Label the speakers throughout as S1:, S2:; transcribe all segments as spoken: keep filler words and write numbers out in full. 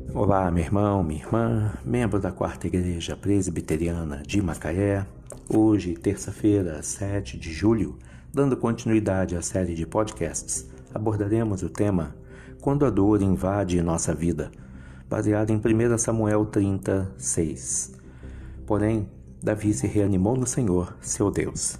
S1: Olá, meu irmão, minha irmã, membro da Quarta Igreja Presbiteriana de Macaé. Hoje, terça-feira, sete de julho, dando continuidade à série de podcasts, abordaremos o tema Quando a dor invade nossa vida, baseado em primeiro Samuel trinta, seis. Porém, Davi se reanimou no Senhor, seu Deus.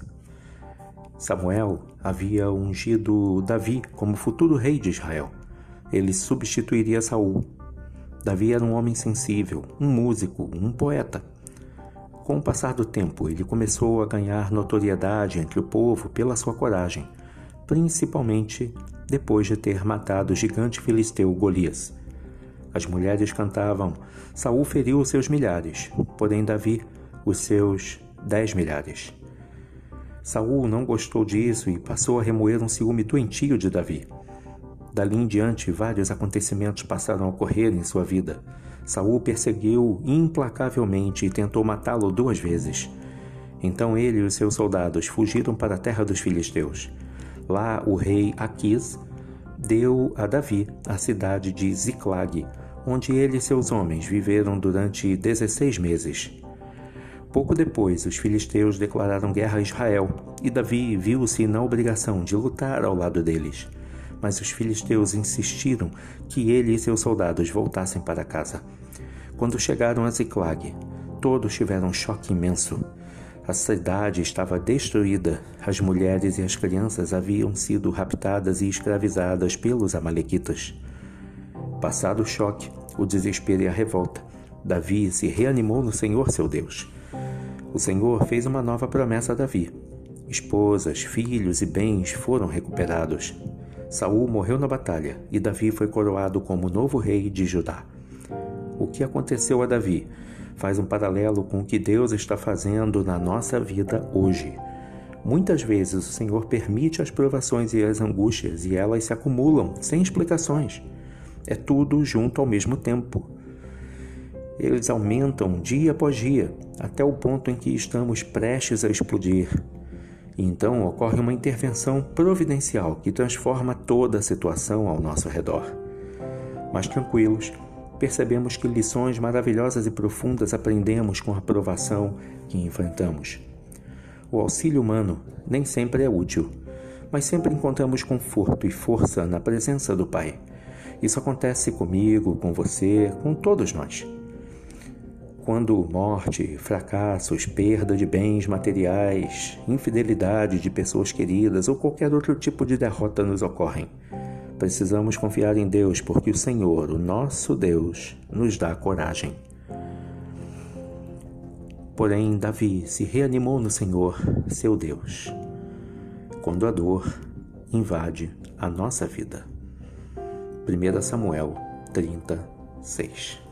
S1: Samuel havia ungido Davi como futuro rei de Israel. Ele substituiria Saul. Davi era um homem sensível, um músico, um poeta. Com o passar do tempo, ele começou a ganhar notoriedade entre o povo pela sua coragem, principalmente depois de ter matado o gigante filisteu Golias. As mulheres cantavam: Saul feriu os seus milhares, porém Davi os seus dez milhares. Saul não gostou disso e passou a remoer um ciúme doentio de Davi. Dali em diante, vários acontecimentos passaram a ocorrer em sua vida. Saul perseguiu implacavelmente e tentou matá-lo duas vezes. Então ele e os seus soldados fugiram para a terra dos filisteus. Lá o rei Aquis deu a Davi a cidade de Ziclag, onde ele e seus homens viveram durante dezesseis meses. Pouco depois, os filisteus declararam guerra a Israel, e Davi viu-se na obrigação de lutar ao lado deles. Mas os filisteus insistiram que ele e seus soldados voltassem para casa. Quando chegaram a Ziclag, todos tiveram um choque imenso. A cidade estava destruída, as mulheres e as crianças haviam sido raptadas e escravizadas pelos amalequitas. Passado o choque, o desespero e a revolta, Davi se reanimou no Senhor, seu Deus. O Senhor fez uma nova promessa a Davi. Esposas, filhos e bens foram recuperados. Saul morreu na batalha e Davi foi coroado como novo rei de Judá. O que aconteceu a Davi faz um paralelo com o que Deus está fazendo na nossa vida hoje. Muitas vezes o Senhor permite as provações e as angústias e elas se acumulam sem explicações. É tudo junto ao mesmo tempo. Eles aumentam dia após dia, até o ponto em que estamos prestes a explodir. E então ocorre uma intervenção providencial que transforma toda a situação ao nosso redor. Mas tranquilos, percebemos que lições maravilhosas e profundas aprendemos com a provação que enfrentamos. O auxílio humano nem sempre é útil, mas sempre encontramos conforto e força na presença do Pai. Isso acontece comigo, com você, com todos nós. Quando morte, fracassos, perda de bens materiais, infidelidade de pessoas queridas ou qualquer outro tipo de derrota nos ocorrem, precisamos confiar em Deus, porque o Senhor, o nosso Deus, nos dá coragem. Porém, Davi se reanimou no Senhor, seu Deus, quando a dor invade a nossa vida. primeiro Samuel trinta, seis.